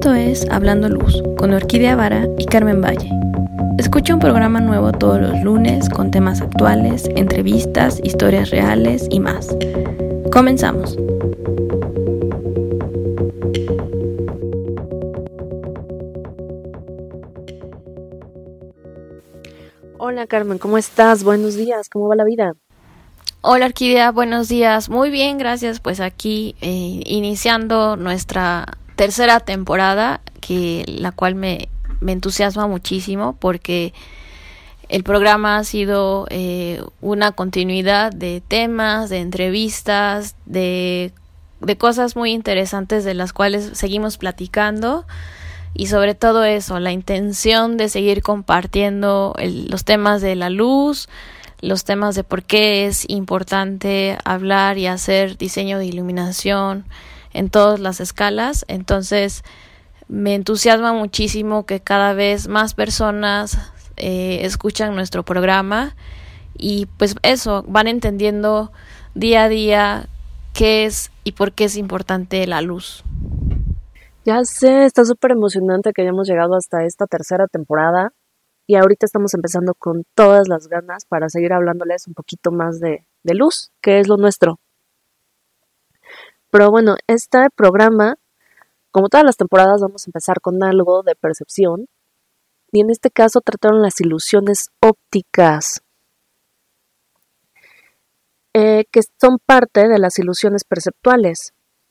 Esto es Hablando Luz, con Orquídea Vara y Carmen Valle. Escucha un programa nuevo todos los lunes con temas actuales, entrevistas, historias reales y más. Comenzamos. Hola Carmen, ¿cómo estás? Buenos días, ¿cómo va la vida? Hola Orquídea, buenos días. Muy bien, gracias. Pues aquí iniciando nuestra tercera temporada, la cual me entusiasma muchísimo porque el programa ha sido una continuidad de temas, de entrevistas, de cosas muy interesantes de las cuales seguimos platicando. Y sobre todo eso, la intención de seguir compartiendo los temas de la luz, los temas de por qué es importante hablar y hacer diseño de iluminación en todas las escalas. Entonces, me entusiasma muchísimo que cada vez más personas escuchan nuestro programa y pues eso, van entendiendo día a día qué es y por qué es importante la luz. Ya sé, está súper emocionante que hayamos llegado hasta esta tercera temporada y ahorita estamos empezando con todas las ganas para seguir hablándoles un poquito más de luz, que es lo nuestro. Pero bueno, este programa, como todas las temporadas, vamos a empezar con algo de percepción y en este caso trataron las ilusiones ópticas, que son parte de las ilusiones perceptuales.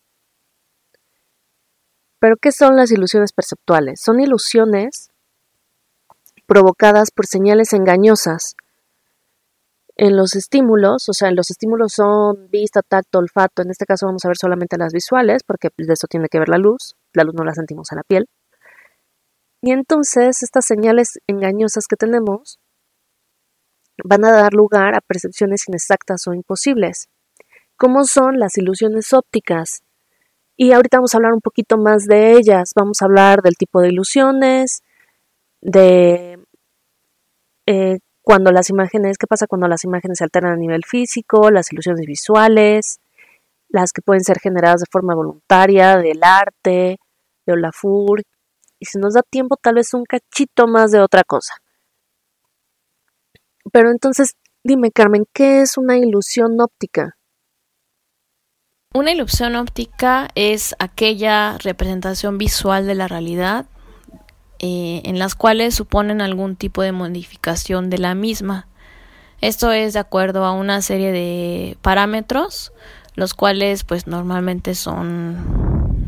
¿Pero qué son las ilusiones perceptuales? Son ilusiones provocadas por señales engañosas en los estímulos, o sea, los estímulos son vista, tacto, olfato. En este caso vamos a ver solamente las visuales, porque de eso tiene que ver la luz no la sentimos en la piel. Y entonces estas señales engañosas que tenemos van a dar lugar a percepciones inexactas o imposibles. ¿Cómo son las ilusiones ópticas? Y ahorita vamos a hablar un poquito más de ellas. Vamos a hablar del tipo de ilusiones, de cuando las imágenes, qué pasa cuando las imágenes se alteran a nivel físico, las ilusiones visuales, las que pueden ser generadas de forma voluntaria, del arte, de Olafur, y si nos da tiempo tal vez un cachito más de otra cosa. Pero entonces, dime Carmen, ¿qué es una ilusión óptica? Una ilusión óptica es aquella representación visual de la realidad en las cuales suponen algún tipo de modificación de la misma. Esto es de acuerdo a una serie de parámetros, los cuales pues normalmente son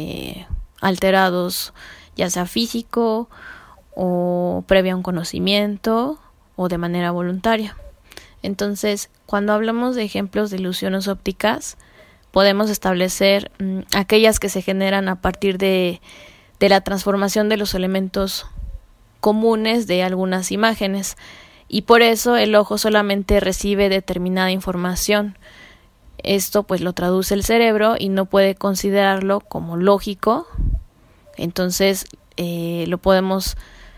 alterados, ya sea físico o previo a un conocimiento o de manera voluntaria. Entonces, cuando hablamos de ejemplos de ilusiones ópticas, podemos establecer aquellas que se generan a partir de la transformación de los elementos comunes de algunas imágenes, y por eso el ojo solamente recibe determinada información. Esto pues lo traduce el cerebro y no puede considerarlo como lógico. Entonces lo podemos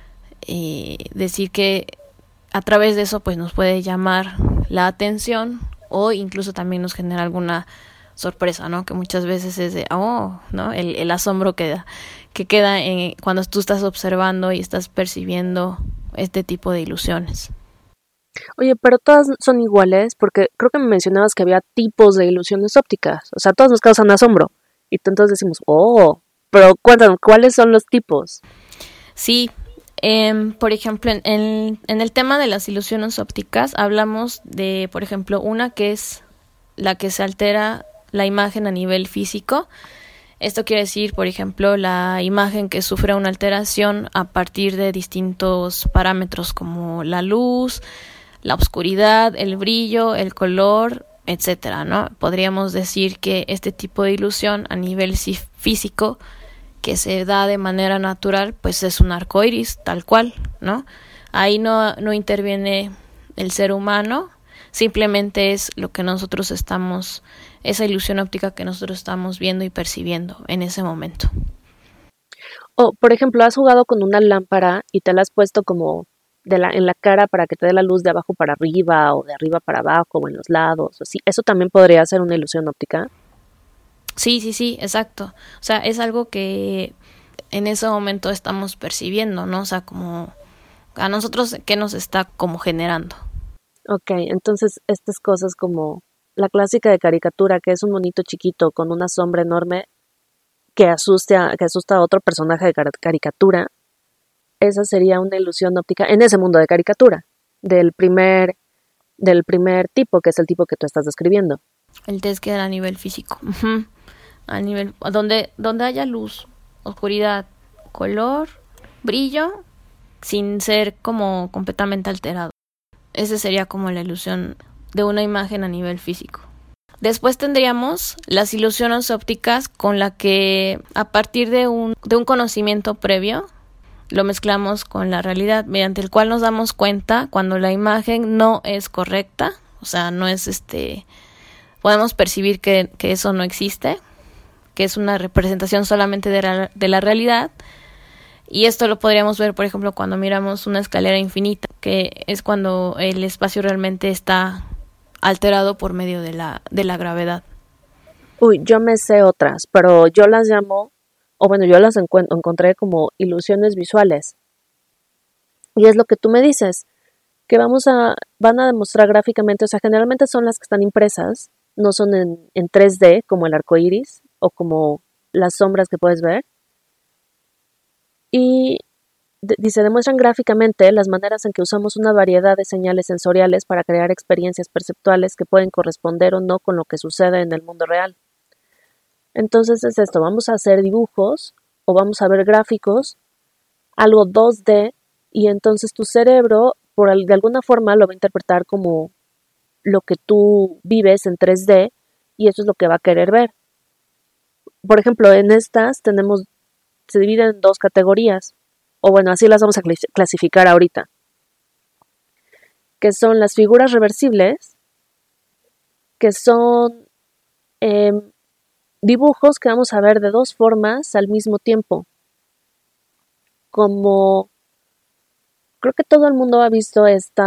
decir que a través de eso pues nos puede llamar la atención o incluso también nos genera alguna sorpresa, ¿no? Que muchas veces es de, ¿no? El asombro que queda cuando tú estás observando y estás percibiendo este tipo de ilusiones. Oye, pero todas son iguales, porque creo que me mencionabas que había tipos de ilusiones ópticas, o sea, todas nos causan asombro, y entonces decimos, pero cuéntanos, ¿cuáles son los tipos? Sí, por ejemplo, en el tema de las ilusiones ópticas hablamos de, por ejemplo, una que es la que se altera la imagen a nivel físico. Esto quiere decir, por ejemplo, la imagen que sufre una alteración a partir de distintos parámetros como la luz, la oscuridad, el brillo, el color, etcétera, ¿no? Podríamos decir que este tipo de ilusión a nivel físico que se da de manera natural, pues es un arco iris, tal cual, ¿no? Ahí no interviene el ser humano, simplemente es lo que nosotros estamos, esa ilusión óptica que nosotros estamos viendo y percibiendo en ese momento. O, por ejemplo, has jugado con una lámpara y te la has puesto como en la cara para que te dé la luz de abajo para arriba o de arriba para abajo o en los lados. O sí, ¿eso también podría ser una ilusión óptica? Sí, exacto. O sea, es algo que en ese momento estamos percibiendo, ¿no? O sea, como a nosotros qué nos está como generando. Ok, entonces estas cosas como la clásica de caricatura, que es un monito chiquito con una sombra enorme que asusta a otro personaje de caricatura, esa sería una ilusión óptica en ese mundo de caricatura, del primer tipo, que es el tipo que tú estás describiendo. El test queda a nivel físico. Uh-huh. A nivel donde haya luz, oscuridad, color, brillo, sin ser como completamente alterado. Esa sería como la ilusión de una imagen a nivel físico. Después tendríamos las ilusiones ópticas con la que a partir de un conocimiento previo lo mezclamos con la realidad, mediante el cual nos damos cuenta cuando la imagen no es correcta, o sea, no es podemos percibir que eso no existe, que es una representación solamente de la realidad. Y esto lo podríamos ver, por ejemplo, cuando miramos una escalera infinita, que es cuando el espacio realmente está alterado por medio de la gravedad. Uy, yo me sé otras, pero yo las llamo, o bueno, yo las encontré como ilusiones visuales. Y es lo que tú me dices, que van a demostrar gráficamente, o sea, generalmente son las que están impresas, no son en 3D, como el arco iris, o como las sombras que puedes ver. Y dice, demuestran gráficamente las maneras en que usamos una variedad de señales sensoriales para crear experiencias perceptuales que pueden corresponder o no con lo que sucede en el mundo real. Entonces es esto, vamos a hacer dibujos o vamos a ver gráficos, algo 2D, y entonces tu cerebro de alguna forma lo va a interpretar como lo que tú vives en 3D y eso es lo que va a querer ver. Por ejemplo, en estas se dividen en dos categorías, o bueno, así las vamos a clasificar ahorita, que son las figuras reversibles, que son dibujos que vamos a ver de dos formas al mismo tiempo. Como creo que todo el mundo ha visto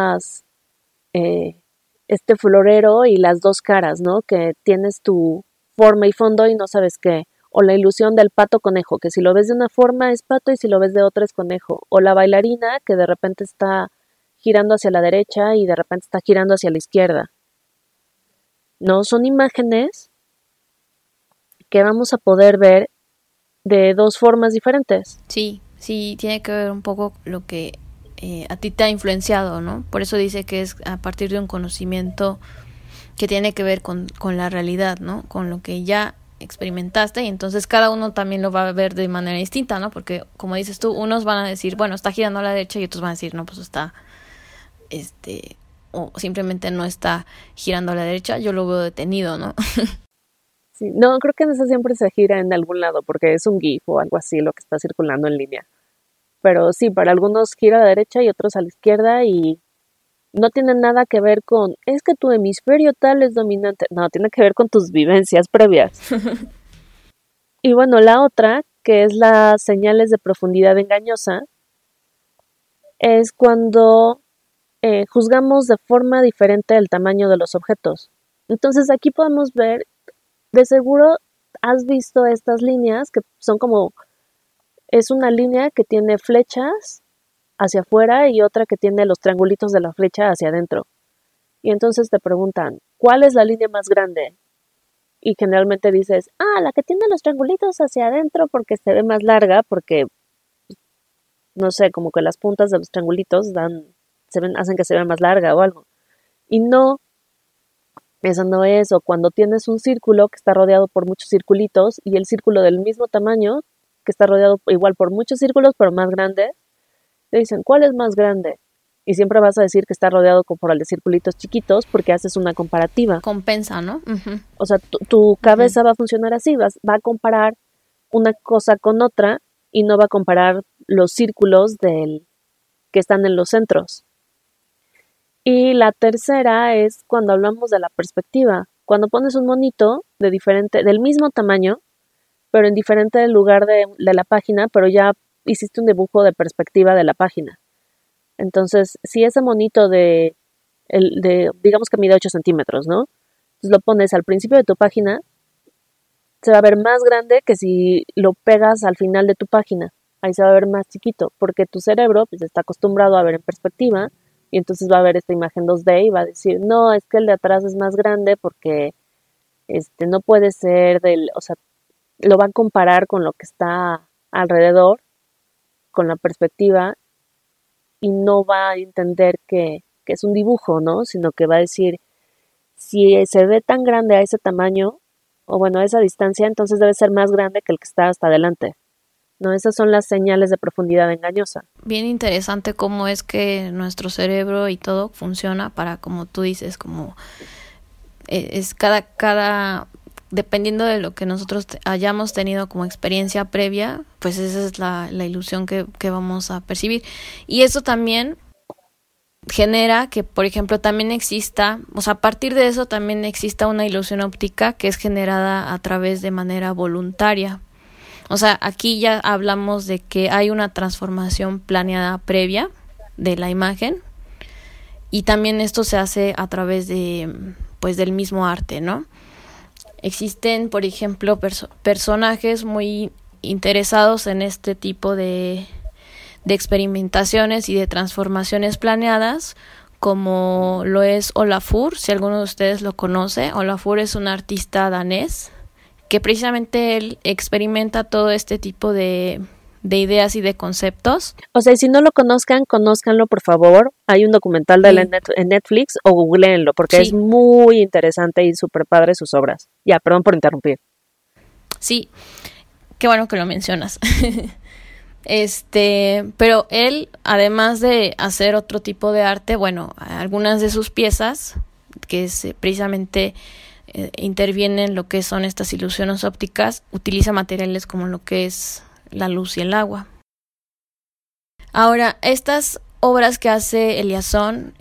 este florero y las dos caras, ¿no? Que tienes tu forma y fondo y no sabes qué. O la ilusión del pato conejo, que si lo ves de una forma es pato y si lo ves de otra es conejo. O la bailarina que de repente está girando hacia la derecha y de repente está girando hacia la izquierda. No, son imágenes que vamos a poder ver de dos formas diferentes. Sí, tiene que ver un poco lo que a ti te ha influenciado, ¿no? Por eso dice que es a partir de un conocimiento que tiene que ver con la realidad, ¿no? Con lo que ya experimentaste y entonces cada uno también lo va a ver de manera distinta, ¿no? Porque como dices tú, unos van a decir, bueno, está girando a la derecha y otros van a decir, no, pues está, o simplemente no está girando a la derecha, yo lo veo detenido, ¿no? Sí, no, creo que eso siempre se gira en algún lado porque es un GIF o algo así lo que está circulando en línea. Pero sí, para algunos gira a la derecha y otros a la izquierda y no tiene nada que ver con, es que tu hemisferio tal es dominante. No, tiene que ver con tus vivencias previas. Y bueno, la otra, que es las señales de profundidad engañosa, es cuando juzgamos de forma diferente el tamaño de los objetos. Entonces aquí podemos ver, de seguro has visto estas líneas que son como, es una línea que tiene flechas hacia afuera y otra que tiene los triangulitos de la flecha hacia adentro. Y entonces te preguntan, ¿cuál es la línea más grande? Y generalmente dices, la que tiene los triangulitos hacia adentro porque se ve más larga, porque, no sé, como que las puntas de los triangulitos hacen que se vea más larga o algo. Y no, eso no es, o cuando tienes un círculo que está rodeado por muchos circulitos y el círculo del mismo tamaño, que está rodeado igual por muchos círculos, pero más grande, te dicen, ¿cuál es más grande? Y siempre vas a decir que está rodeado por el de circulitos chiquitos porque haces una comparativa. Compensa, ¿no? Uh-huh. O sea, tu cabeza va a funcionar así, va a comparar una cosa con otra y no va a comparar los círculos que están en los centros. Y la tercera es cuando hablamos de la perspectiva. Cuando pones un monito del mismo tamaño, pero en diferente lugar de la página, pero ya hiciste un dibujo de perspectiva de la página. Entonces, si ese monito digamos que mide 8 centímetros, ¿no? Entonces lo pones al principio de tu página, se va a ver más grande que si lo pegas al final de tu página. Ahí se va a ver más chiquito, porque tu cerebro pues está acostumbrado a ver en perspectiva y entonces va a ver esta imagen 2D y va a decir, no, es que el de atrás es más grande porque no puede ser o sea, lo va a comparar con lo que está alrededor, con la perspectiva, y no va a entender que es un dibujo, ¿no? Sino que va a decir, si se ve tan grande a ese tamaño, o bueno, a esa distancia, entonces debe ser más grande que el que está hasta adelante. ¿No? Esas son las señales de profundidad engañosa. Bien interesante cómo es que nuestro cerebro y todo funciona para, como tú dices, como es cada dependiendo de lo que nosotros hayamos tenido como experiencia previa, pues esa es la ilusión que vamos a percibir. Y eso también genera que, por ejemplo, también exista, o sea, a partir de eso también exista una ilusión óptica que es generada a través de manera voluntaria. O sea, aquí ya hablamos de que hay una transformación planeada previa de la imagen y también esto se hace a través de, pues, del mismo arte, ¿no? Existen, por ejemplo, personajes muy interesados en este tipo de experimentaciones y de transformaciones planeadas, como lo es Olafur, si alguno de ustedes lo conoce. Olafur es un artista danés que precisamente él experimenta todo este tipo de ideas y de conceptos. O sea, si no lo conózcanlo por favor. Hay un documental de él en Netflix o googleenlo porque es muy interesante y súper padre sus obras. Ya, perdón por interrumpir. Sí, qué bueno que lo mencionas. Pero él, además de hacer otro tipo de arte, bueno, algunas de sus piezas, que precisamente intervienen en lo que son estas ilusiones ópticas, utiliza materiales como lo que es la luz y el agua. Ahora, estas obras que hace Eliasson,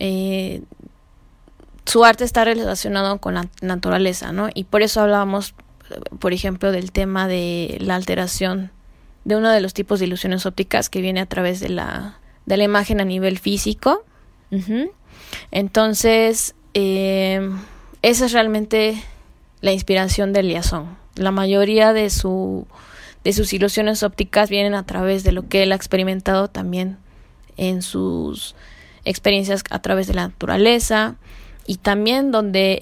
su arte está relacionado con la naturaleza, ¿no? Y por eso hablábamos, por ejemplo, del tema de la alteración de uno de los tipos de ilusiones ópticas que viene a través de la imagen a nivel físico. Uh-huh. Entonces, esa es realmente la inspiración de Eliasson. La mayoría de sus ilusiones ópticas vienen a través de lo que él ha experimentado también en sus experiencias a través de la naturaleza y también donde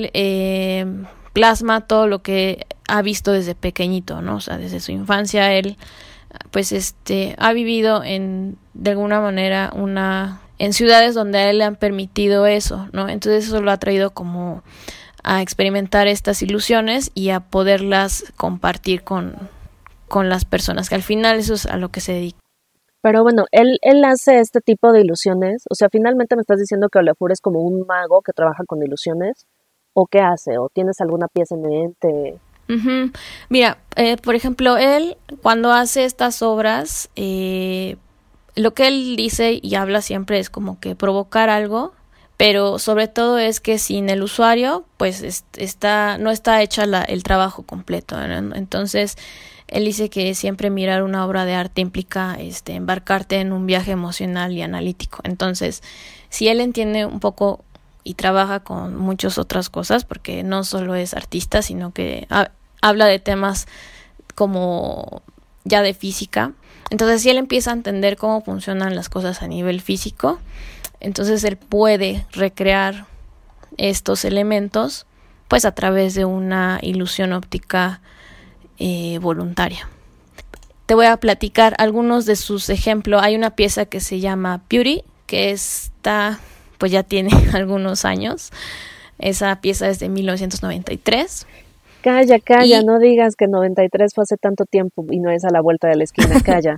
él plasma todo lo que ha visto desde pequeñito, ¿no? O sea, desde su infancia él pues ha vivido de alguna manera en ciudades donde a él le han permitido eso, ¿no? Entonces eso lo ha traído como a experimentar estas ilusiones y a poderlas compartir con las personas, que al final eso es a lo que se dedica. Pero bueno, él hace este tipo de ilusiones, o sea, finalmente me estás diciendo que Olafur es como un mago que trabaja con ilusiones, ¿o qué hace? ¿O tienes alguna pieza en mente? Uh-huh. Mira, por ejemplo, él cuando hace estas obras, lo que él dice y habla siempre es como que provocar algo, pero sobre todo es que sin el usuario, pues no está hecha el trabajo completo, ¿no? Entonces, él dice que siempre mirar una obra de arte implica embarcarte en un viaje emocional y analítico. Entonces, si él entiende un poco y trabaja con muchas otras cosas, porque no solo es artista, sino que habla de temas como ya de física. Entonces, si él empieza a entender cómo funcionan las cosas a nivel físico, entonces él puede recrear estos elementos pues a través de una ilusión óptica voluntaria. Te voy a platicar algunos de sus ejemplos. Hay una pieza que se llama Beauty, que pues ya tiene algunos años. Esa pieza es de 1993. Calla, no digas que 93 fue hace tanto tiempo y no es a la vuelta de la esquina, calla.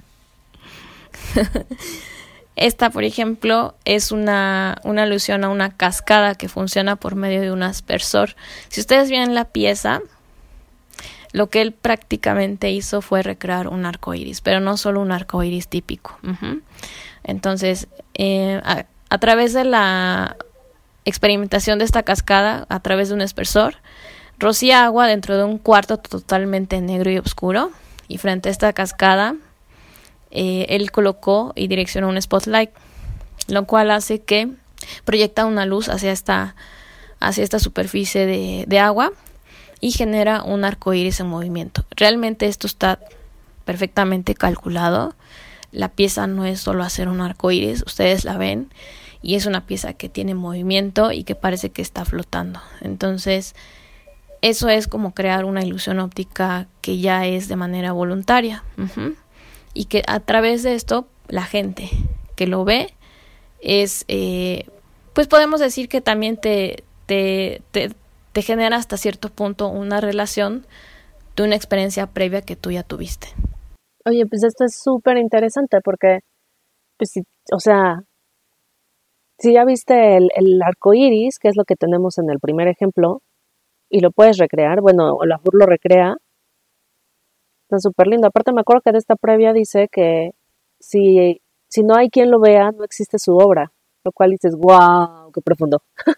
Esta, por ejemplo, es una alusión a una cascada que funciona por medio de un aspersor. Si ustedes ven la pieza, lo que él prácticamente hizo fue recrear un arco iris, pero no solo un arco iris típico. Uh-huh. Entonces, a través de la experimentación de esta cascada, a través de un aspersor, rocía agua dentro de un cuarto totalmente negro y oscuro, y frente a esta cascada, él colocó y direccionó un spotlight, lo cual hace que proyecta una luz hacia esta superficie de agua, y genera un arco iris en movimiento. Realmente esto está perfectamente calculado. La pieza no es solo hacer un arco iris, ustedes la ven y es una pieza que tiene movimiento y que parece que está flotando. Entonces, eso es como crear una ilusión óptica que ya es de manera voluntaria. Y que a través de esto, la gente que lo ve es, pues podemos decir que también te genera hasta cierto punto una relación de una experiencia previa que tú ya tuviste. Oye, pues esto es súper interesante porque, pues, o sea, si ya viste el arco iris, que es lo que tenemos en el primer ejemplo, y lo puedes recrear, bueno, Olafur lo recrea, está súper lindo. Aparte me acuerdo que de esta previa dice que si no hay quien lo vea, no existe su obra, lo cual dices, wow, qué profundo.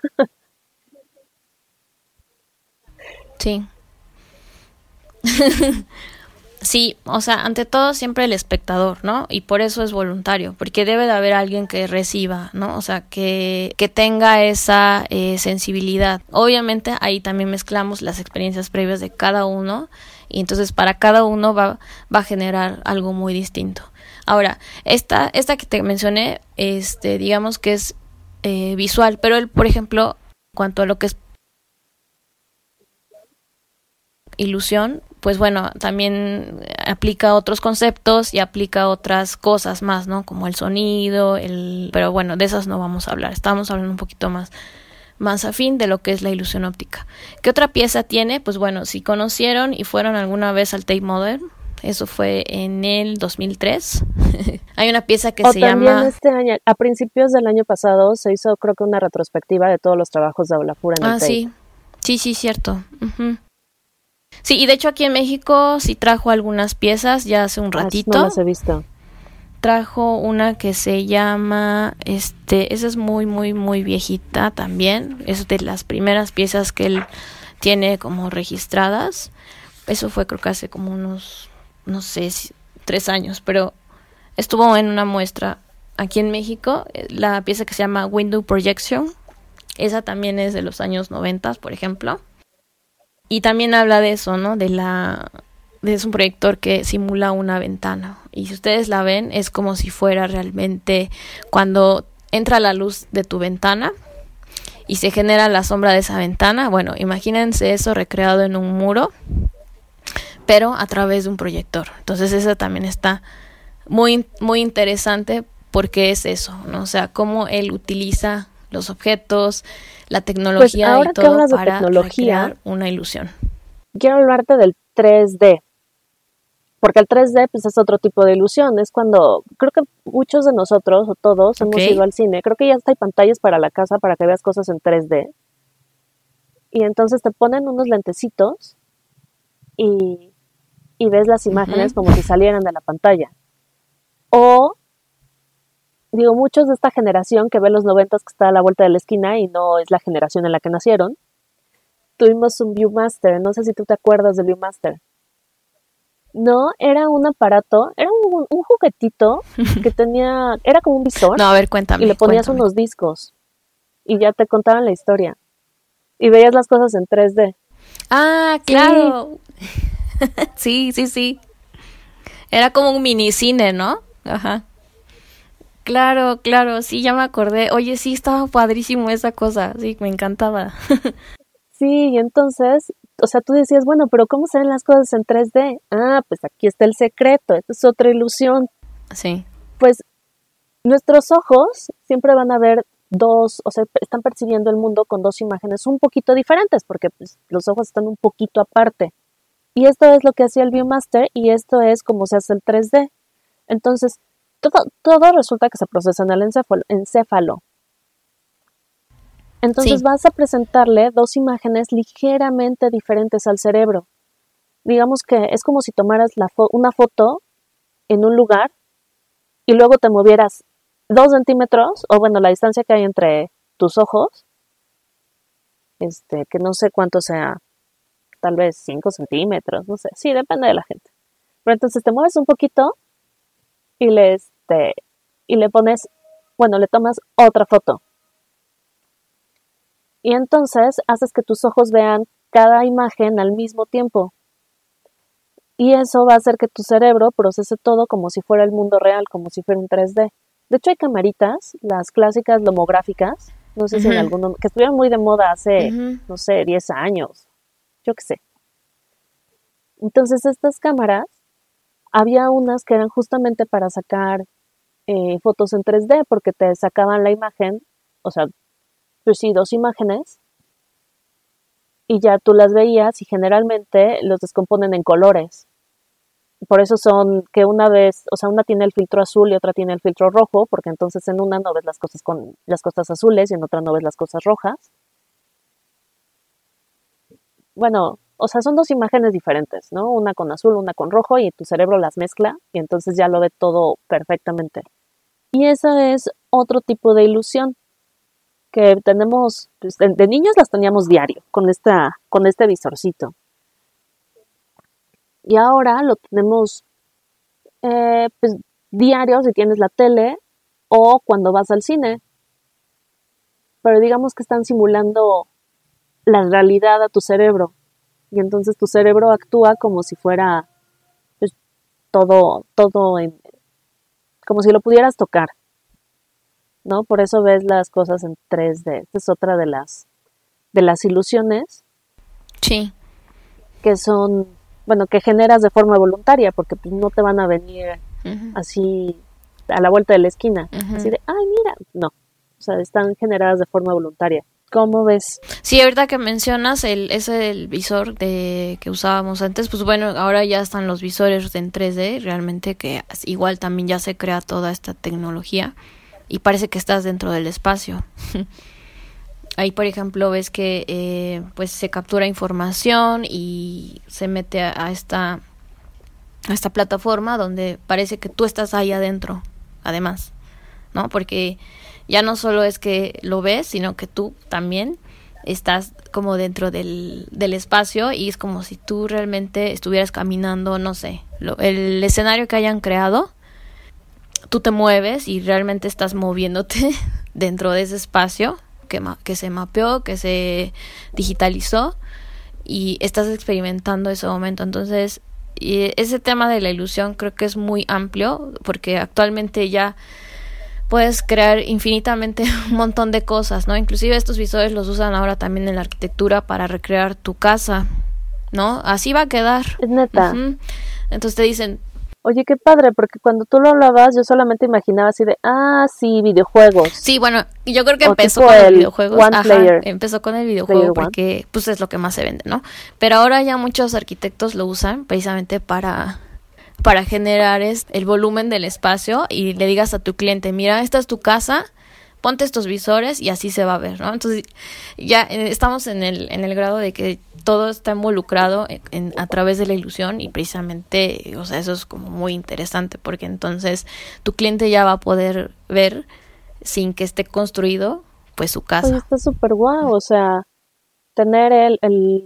Sí. Sí, o sea, ante todo siempre el espectador, ¿no? Y por eso es voluntario, porque debe de haber alguien que reciba, ¿no? O sea, que tenga esa sensibilidad. Obviamente ahí también mezclamos las experiencias previas de cada uno y entonces para cada uno va a generar algo muy distinto. Ahora, esta que te mencioné, digamos que es visual, pero él, por ejemplo, en cuanto a lo que es ilusión, pues bueno, también aplica otros conceptos y aplica otras cosas más, ¿no? Como el sonido, pero bueno, de esas no vamos a hablar. Estamos hablando un poquito más afín de lo que es la ilusión óptica. ¿Qué otra pieza tiene? Pues bueno, si conocieron y fueron alguna vez al Tate Modern, eso fue en el 2003. Hay una pieza que se llama... También este año, a principios del año pasado, se hizo creo que una retrospectiva de todos los trabajos de Olafur en el Tate. Sí, cierto. Sí, y de hecho aquí en México sí trajo algunas piezas ya hace un ratito. No las he visto. Trajo una que se llama, esa es muy, muy, muy viejita también. Es de las primeras piezas que él tiene como registradas. Eso fue creo que hace como unos, no sé, 3 años, pero estuvo en una muestra aquí en México. La pieza que se llama Window Projection. Esa también es de los años 90, por ejemplo. Y también habla de eso, ¿no? Es un proyector que simula una ventana. Y si ustedes la ven, es como si fuera realmente cuando entra la luz de tu ventana y se genera la sombra de esa ventana. Bueno, imagínense eso recreado en un muro, pero a través de un proyector. Entonces eso también está muy, muy interesante porque es eso, ¿no? O sea, cómo él utiliza los objetos, la tecnología, pues ahora y todo para recrear una ilusión. Quiero hablarte del 3D, porque el 3D pues es otro tipo de ilusión. Es cuando, creo que muchos de nosotros, o todos, hemos ido al cine. Creo que ya hasta hay pantallas para la casa para que veas cosas en 3D. Y entonces te ponen unos lentecitos y ves las imágenes como si salieran de la pantalla. O digo, muchos de esta generación que ve los 90s que está a la vuelta de la esquina y no es la generación en la que nacieron, tuvimos un Viewmaster. No sé si tú te acuerdas del Viewmaster. No, era un aparato, era un juguetito que era como un visor. No, a ver, cuéntame. Y le ponías unos discos y ya te contaban la historia. Y veías las cosas en 3D. Ah, claro. Sí. Sí. Era como un minicine, ¿no? Ajá. Claro, sí, ya me acordé. Oye, sí, estaba padrísimo esa cosa. Sí, me encantaba. Sí, y entonces, o sea, tú decías, bueno, pero ¿cómo se ven las cosas en 3D? Ah, pues aquí está el secreto, esta es otra ilusión. Sí. Pues nuestros ojos siempre van a ver dos, o sea, están percibiendo el mundo con dos imágenes un poquito diferentes, porque pues, los ojos están un poquito aparte. Y esto es lo que hacía el Viewmaster y esto es como se hace el 3D. Entonces, todo resulta que se procesa en el encéfalo. Entonces vas a presentarle dos imágenes ligeramente diferentes al cerebro. Digamos que es como si tomaras una foto en un lugar y luego te movieras 2 centímetros, o bueno, la distancia que hay entre tus ojos, que no sé cuánto sea, tal vez 5 centímetros, no sé, sí, depende de la gente. Pero entonces te mueves un poquito y le pones, bueno, le tomas otra foto. Y entonces haces que tus ojos vean cada imagen al mismo tiempo. Y eso va a hacer que tu cerebro procese todo como si fuera el mundo real, como si fuera un 3D. De hecho, hay camaritas, las clásicas lomográficas, no sé si en alguno, que estuvieron muy de moda hace, no sé, 10 años, yo qué sé. Entonces, estas cámaras, había unas que eran justamente para sacar fotos en 3D, porque te sacaban la imagen, o sea, pues sí, 2 imágenes, y ya tú las veías y generalmente los descomponen en colores. Por eso son que una vez, o sea, una tiene el filtro azul y otra tiene el filtro rojo, porque entonces en una no ves las cosas con las cosas azules y en otra no ves las cosas rojas. Bueno, o sea, son 2 imágenes diferentes, ¿no? Una con azul, una con rojo, y tu cerebro las mezcla y entonces ya lo ve todo perfectamente. Y esa es otro tipo de ilusión que tenemos, pues, de niños las teníamos diario, con este visorcito. Y ahora lo tenemos pues, diario si tienes la tele o cuando vas al cine. Pero digamos que están simulando la realidad a tu cerebro. Y entonces tu cerebro actúa como si fuera pues, todo como si lo pudieras tocar, ¿no? Por eso ves las cosas en 3D. Esta es otra de las ilusiones. Sí. Que son, bueno, que generas de forma voluntaria, porque pues, no te van a venir así a la vuelta de la esquina. Así de, ay, mira. No. O sea, están generadas de forma voluntaria. ¿Cómo ves? Sí, ahorita que mencionas el visor que usábamos antes, pues bueno, ahora ya están los visores en 3D, realmente que igual también ya se crea toda esta tecnología y parece que estás dentro del espacio. Ahí, por ejemplo, ves que pues se captura información y se mete a esta plataforma donde parece que tú estás ahí adentro, además, ¿no? Porque ya no solo es que lo ves, sino que tú también estás como dentro del espacio y es como si tú realmente estuvieras caminando, no sé, el escenario que hayan creado, tú te mueves y realmente estás moviéndote dentro de ese espacio que se mapeó, que se digitalizó y estás experimentando ese momento. Entonces, ese tema de la ilusión creo que es muy amplio porque actualmente ya puedes crear infinitamente un montón de cosas, ¿no? Inclusive estos visores los usan ahora también en la arquitectura para recrear tu casa, ¿no? Así va a quedar. Es neta. Entonces te dicen, oye, qué padre, porque cuando tú lo hablabas yo solamente imaginaba así de, sí, videojuegos. Sí, bueno, yo creo que empezó con el videojuego. Empezó con el videojuego porque pues es lo que más se vende, ¿no? Pero ahora ya muchos arquitectos lo usan precisamente para generar el volumen del espacio y le digas a tu cliente, mira, esta es tu casa, ponte estos visores y así se va a ver, ¿no? Entonces ya estamos en el grado de que todo está involucrado a través de la ilusión y precisamente, o sea, eso es como muy interesante porque entonces tu cliente ya va a poder ver sin que esté construido, pues su casa. Oye, está súper guau, o sea, tener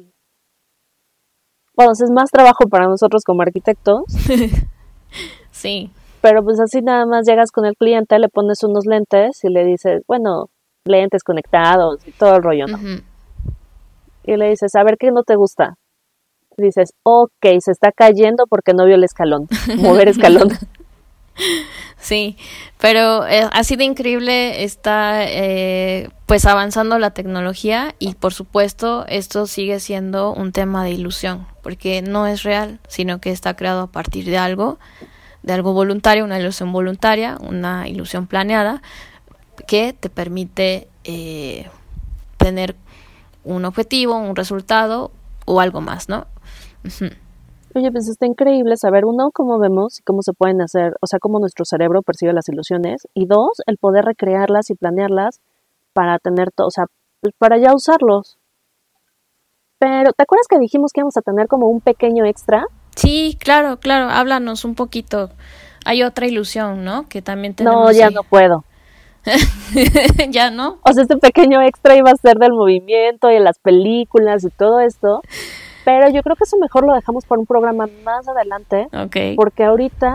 bueno, es más trabajo para nosotros como arquitectos. Sí. Pero pues así nada más llegas con el cliente, le pones unos lentes y le dices, bueno, lentes conectados y todo el rollo, ¿no? Y le dices, a ver, ¿qué no te gusta? Y dices, ok, se está cayendo porque no vio el escalón, mover escalón. Sí, pero así de increíble está pues avanzando la tecnología y por supuesto esto sigue siendo un tema de ilusión porque no es real, sino que está creado a partir de algo voluntario, una ilusión voluntaria, una ilusión planeada que te permite tener un objetivo, un resultado o algo más, ¿no? Oye, pues está increíble saber, uno, cómo vemos y cómo se pueden hacer, o sea, cómo nuestro cerebro percibe las ilusiones, y dos, el poder recrearlas y planearlas para tener o sea, pues para ya usarlos. Pero, ¿te acuerdas que dijimos que íbamos a tener como un pequeño extra? Sí, claro, háblanos un poquito. Hay otra ilusión, ¿no? Que también tenemos. No, ya no puedo. ¿Ya no? O sea, este pequeño extra iba a ser del movimiento y de las películas y todo esto. Pero yo creo que eso mejor lo dejamos para un programa más adelante. Okay. Porque ahorita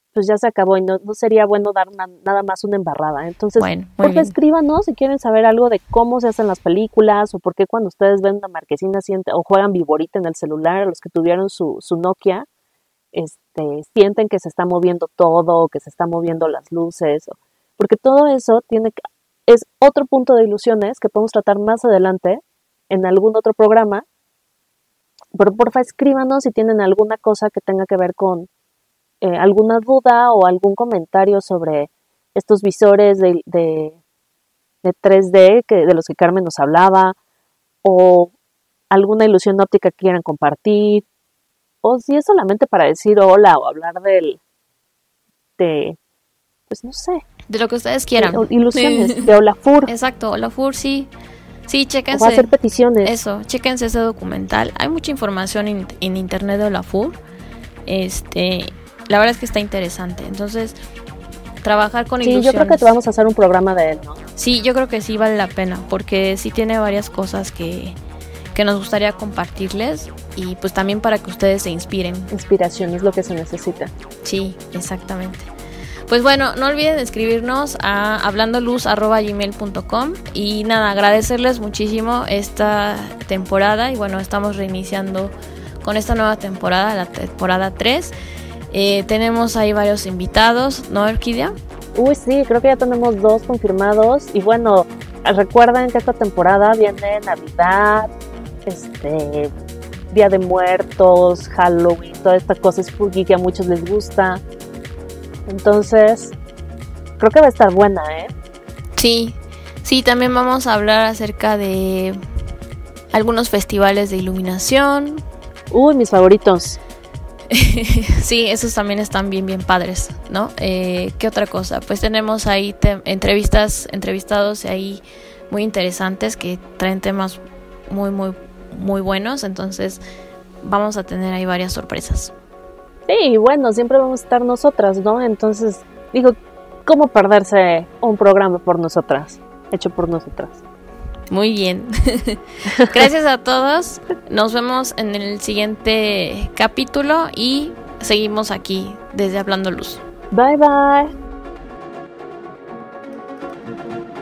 pues ya se acabó y no sería bueno dar nada más una embarrada. Entonces, Bueno, muy por favor, bien. escríbanos si quieren saber algo de cómo se hacen las películas o por qué cuando ustedes ven una marquesina o juegan Viborita en el celular, los que tuvieron su Nokia, sienten que se está moviendo todo, que se están moviendo las luces, porque todo eso es otro punto de ilusiones que podemos tratar más adelante en algún otro programa. Pero porfa, escríbanos si tienen alguna cosa que tenga que ver con alguna duda o algún comentario sobre estos visores de 3D de los que Carmen nos hablaba, o alguna ilusión óptica que quieran compartir, o si es solamente para decir hola o hablar pues no sé. De lo que ustedes quieran. Ilusiones, de Olafur. Exacto, Olafur, sí. Sí, chéquense. O hacer peticiones. Eso, chéquense ese documental. Hay mucha información en internet de Olafur. La verdad es que está interesante. Entonces, trabajar con ilusiones. Sí, yo creo que vamos a hacer un programa de él, ¿no? Sí, yo creo que sí vale la pena, porque sí tiene varias cosas que nos gustaría compartirles, y pues también para que ustedes se inspiren. Inspiración es lo que se necesita. Sí, exactamente. Pues bueno, no olviden escribirnos a hablandoluz@gmail.com, y nada, agradecerles muchísimo esta temporada, y bueno, estamos reiniciando con esta nueva temporada, la temporada 3. Tenemos ahí varios invitados, ¿no, Orquídea? Uy, sí, creo que ya tenemos 2 confirmados, y bueno, recuerden que esta temporada viene Navidad, Día de Muertos, Halloween, toda esta cosa spooky que a muchos les gusta. Entonces, creo que va a estar buena, ¿eh? Sí, también vamos a hablar acerca de algunos festivales de iluminación. Uy, mis favoritos. Sí, esos también están bien padres, ¿no? ¿Qué otra cosa? Pues tenemos ahí entrevistados ahí muy interesantes que traen temas muy buenos, entonces vamos a tener ahí varias sorpresas. Sí, bueno, siempre vamos a estar nosotras, ¿no? Entonces, digo, ¿cómo perderse un programa por nosotras, hecho por nosotras? Muy bien. Gracias a todos. Nos vemos en el siguiente capítulo y seguimos aquí desde Hablando Luz. Bye, bye.